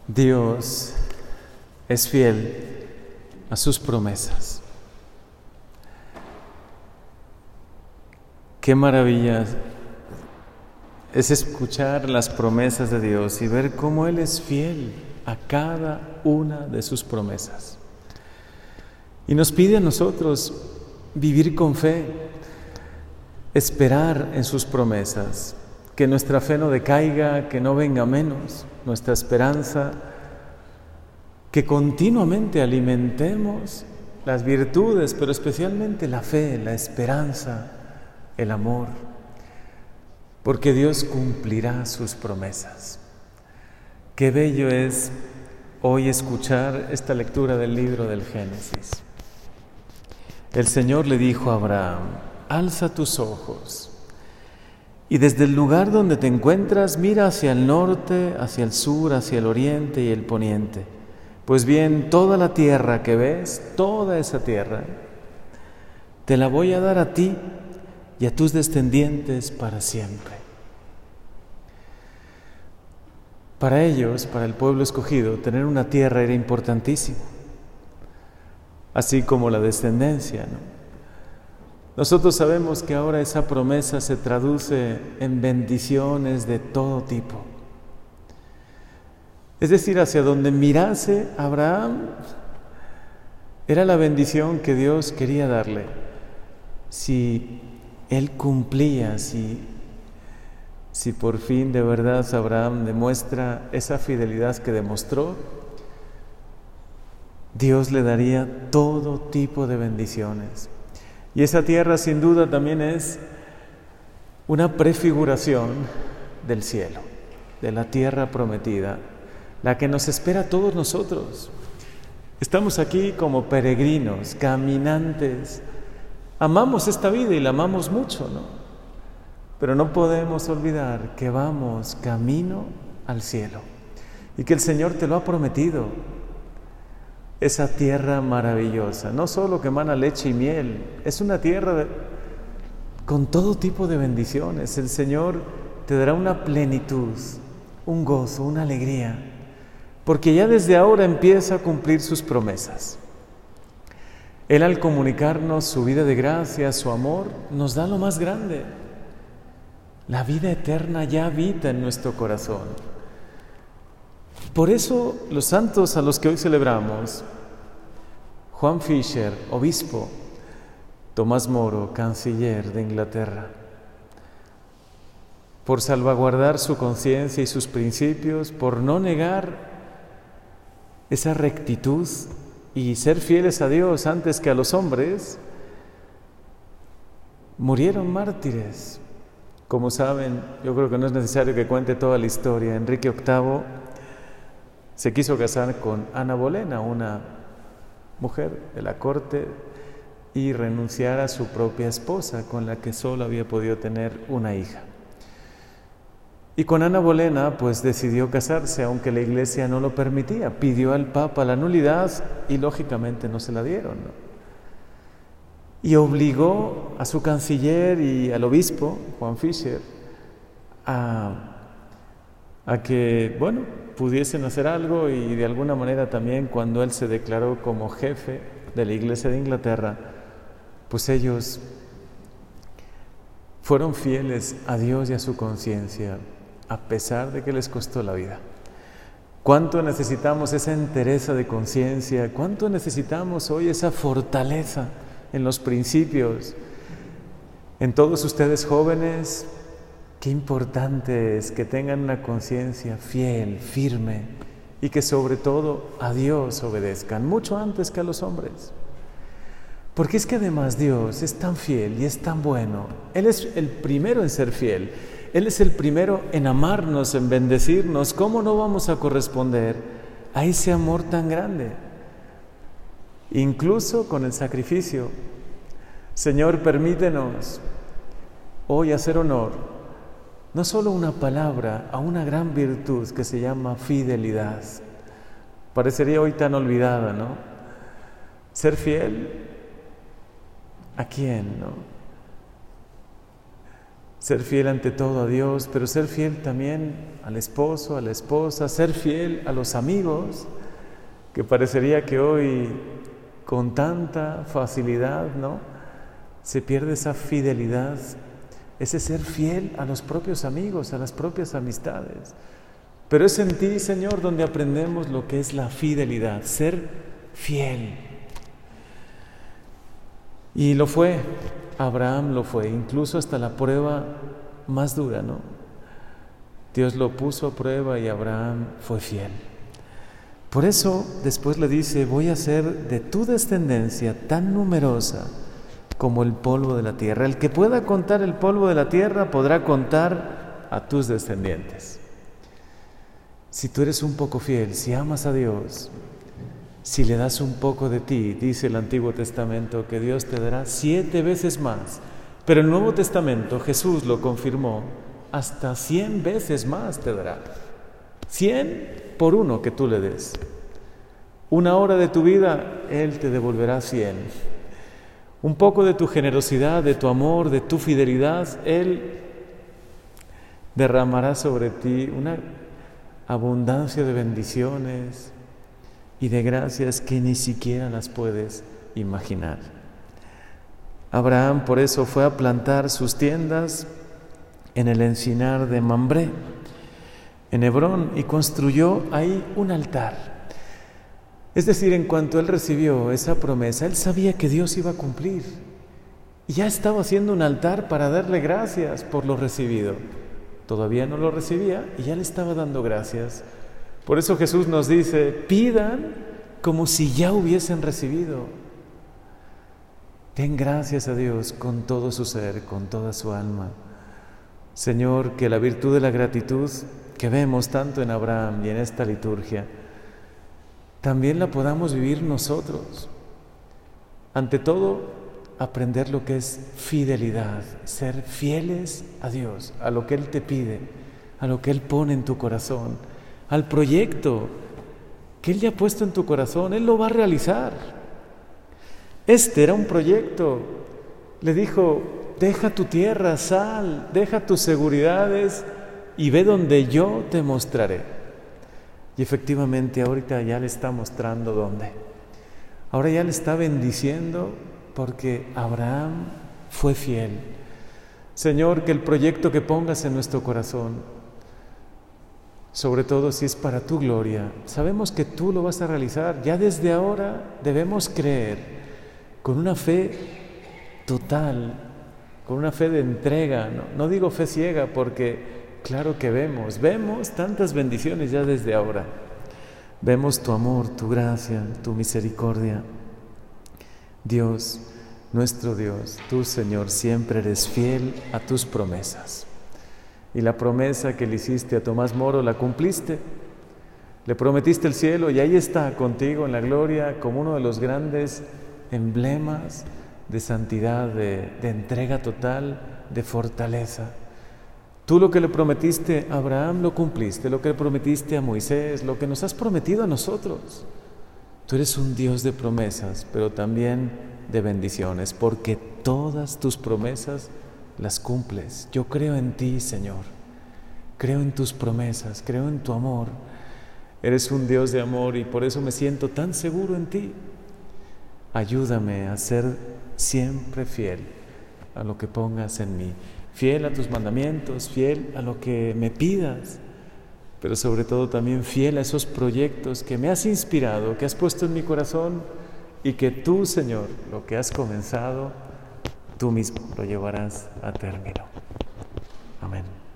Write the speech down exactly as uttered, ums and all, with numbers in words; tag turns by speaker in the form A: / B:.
A: Dios es fiel a sus promesas. Qué maravilla es escuchar las promesas de Dios y ver cómo Él es fiel a cada una de sus promesas. Y nos pide a nosotros vivir con fe, esperar en sus promesas, que nuestra fe no decaiga, que no venga menos nuestra esperanza, que continuamente alimentemos las virtudes, pero especialmente la fe, la esperanza, el amor, porque Dios cumplirá sus promesas. Qué bello es hoy escuchar esta lectura del libro del Génesis. El Señor le dijo a Abraham: alza tus ojos y desde el lugar donde te encuentras mira hacia el norte, hacia el sur, hacia el oriente y el poniente. Pues bien, toda la tierra que ves, toda esa tierra, te la voy a dar a ti y a tus descendientes para siempre. Para ellos, para el pueblo escogido, tener una tierra era importantísimo, así como la descendencia, ¿no? Nosotros sabemos que ahora esa promesa se traduce en bendiciones de todo tipo. Es decir, hacia donde mirase Abraham, era la bendición que Dios quería darle. Si él cumplía, si, si por fin de verdad Abraham demuestra esa fidelidad que demostró, Dios le daría todo tipo de bendiciones. Y esa tierra sin duda también es una prefiguración del cielo, de la tierra prometida, la que nos espera a todos nosotros. Estamos aquí como peregrinos, caminantes. Amamos esta vida y la amamos mucho, ¿no? Pero no podemos olvidar que vamos camino al cielo y que el Señor te lo ha prometido. Esa tierra maravillosa, no solo que emana leche y miel, es una tierra de, con todo tipo de bendiciones. El Señor te dará una plenitud, un gozo, una alegría, porque ya desde ahora empieza a cumplir sus promesas. Él, al comunicarnos su vida de gracia, su amor, nos da lo más grande. La vida eterna ya habita en nuestro corazón. Por eso los santos a los que hoy celebramos, Juan Fisher, obispo, Tomás Moro, canciller de Inglaterra, por salvaguardar su conciencia y sus principios, por no negar esa rectitud y ser fieles a Dios antes que a los hombres, murieron mártires. Como saben, yo creo que no es necesario que cuente toda la historia. Enrique octavo se quiso casar con Ana Bolena, una mujer de la corte, y renunciar a su propia esposa, con la que solo había podido tener una hija. Y con Ana Bolena, pues decidió casarse, aunque la iglesia no lo permitía. Pidió al Papa la nulidad y lógicamente no se la dieron, ¿no? Y obligó a su canciller y al obispo, Juan Fisher, a, a que, bueno, pudiesen hacer algo, y de alguna manera también cuando él se declaró como jefe de la Iglesia de Inglaterra, pues ellos fueron fieles a Dios y a su conciencia, a pesar de que les costó la vida. ¿Cuánto necesitamos esa entereza de conciencia? ¿Cuánto necesitamos hoy esa fortaleza en los principios? En todos ustedes jóvenes, qué importante es que tengan una conciencia fiel, firme, y que sobre todo a Dios obedezcan, mucho antes que a los hombres. Porque es que además Dios es tan fiel y es tan bueno. Él es el primero en ser fiel. Él es el primero en amarnos, en bendecirnos. ¿Cómo no vamos a corresponder a ese amor tan grande? Incluso con el sacrificio. Señor, permítenos hoy hacer honor, no solo una palabra, a una gran virtud que se llama fidelidad. Parecería hoy tan olvidada, ¿no? Ser fiel, ¿a quién, no? Ser fiel ante todo a Dios, pero ser fiel también al esposo, a la esposa, ser fiel a los amigos, que parecería que hoy con tanta facilidad, ¿no?, se pierde esa fidelidad, ese ser fiel a los propios amigos, a las propias amistades. Pero es en ti, Señor, donde aprendemos lo que es la fidelidad, ser fiel. Y lo fue, Abraham lo fue, incluso hasta la prueba más dura, ¿no? Dios lo puso a prueba y Abraham fue fiel. Por eso después le dice: voy a hacer de tu descendencia tan numerosa como el polvo de la tierra. El que pueda contar el polvo de la tierra podrá contar a tus descendientes. Si tú eres un poco fiel, si amas a Dios, si le das un poco de ti, dice el Antiguo Testamento que Dios te dará siete veces más. Pero el Nuevo Testamento, Jesús lo confirmó, hasta cien veces más te dará. Cien por uno que tú le des. Una hora de tu vida, Él te devolverá cien. Un poco de tu generosidad, de tu amor, de tu fidelidad, Él derramará sobre ti una abundancia de bendiciones y de gracias que ni siquiera las puedes imaginar. Abraham por eso fue a plantar sus tiendas en el encinar de Mambré, en Hebrón, y construyó ahí un altar. Es decir, en cuanto él recibió esa promesa, él sabía que Dios iba a cumplir y ya estaba haciendo un altar para darle gracias por lo recibido. Todavía no lo recibía y ya le estaba dando gracias. Por eso Jesús nos dice: pidan como si ya hubiesen recibido. Den gracias a Dios con todo su ser, con toda su alma. Señor, que la virtud de la gratitud que vemos tanto en Abraham y en esta liturgia, también la podamos vivir nosotros. Ante todo, aprender lo que es fidelidad, ser fieles a Dios, a lo que Él te pide, a lo que Él pone en tu corazón, al proyecto que Él ya ha puesto en tu corazón. Él lo va a realizar. Este era un proyecto. Le dijo: deja tu tierra, sal, deja tus seguridades y ve donde yo te mostraré. Y efectivamente ahorita ya le está mostrando dónde. Ahora ya le está bendiciendo porque Abraham fue fiel. Señor, que el proyecto que pongas en nuestro corazón, sobre todo si es para tu gloria, sabemos que tú lo vas a realizar. Ya desde ahora debemos creer con una fe total, con una fe de entrega. No, no digo fe ciega, porque claro que vemos, vemos tantas bendiciones ya desde ahora. Vemos tu amor, tu gracia, tu misericordia. Dios, nuestro Dios, tú, Señor, siempre eres fiel a tus promesas. Y la promesa que le hiciste a Tomás Moro la cumpliste. Le prometiste el cielo y ahí está contigo en la gloria como uno de los grandes emblemas de santidad, de, de entrega total, de fortaleza. Tú lo que le prometiste a Abraham lo cumpliste, lo que le prometiste a Moisés, lo que nos has prometido a nosotros. Tú eres un Dios de promesas, pero también de bendiciones, porque todas tus promesas las cumples. Yo creo en ti, Señor. Creo en tus promesas, creo en tu amor. Eres un Dios de amor y por eso me siento tan seguro en ti. Ayúdame a ser siempre fiel a lo que pongas en mí. Fiel a tus mandamientos, fiel a lo que me pidas, pero sobre todo también fiel a esos proyectos que me has inspirado, que has puesto en mi corazón y que tú, Señor, lo que has comenzado, tú mismo lo llevarás a término. Amén.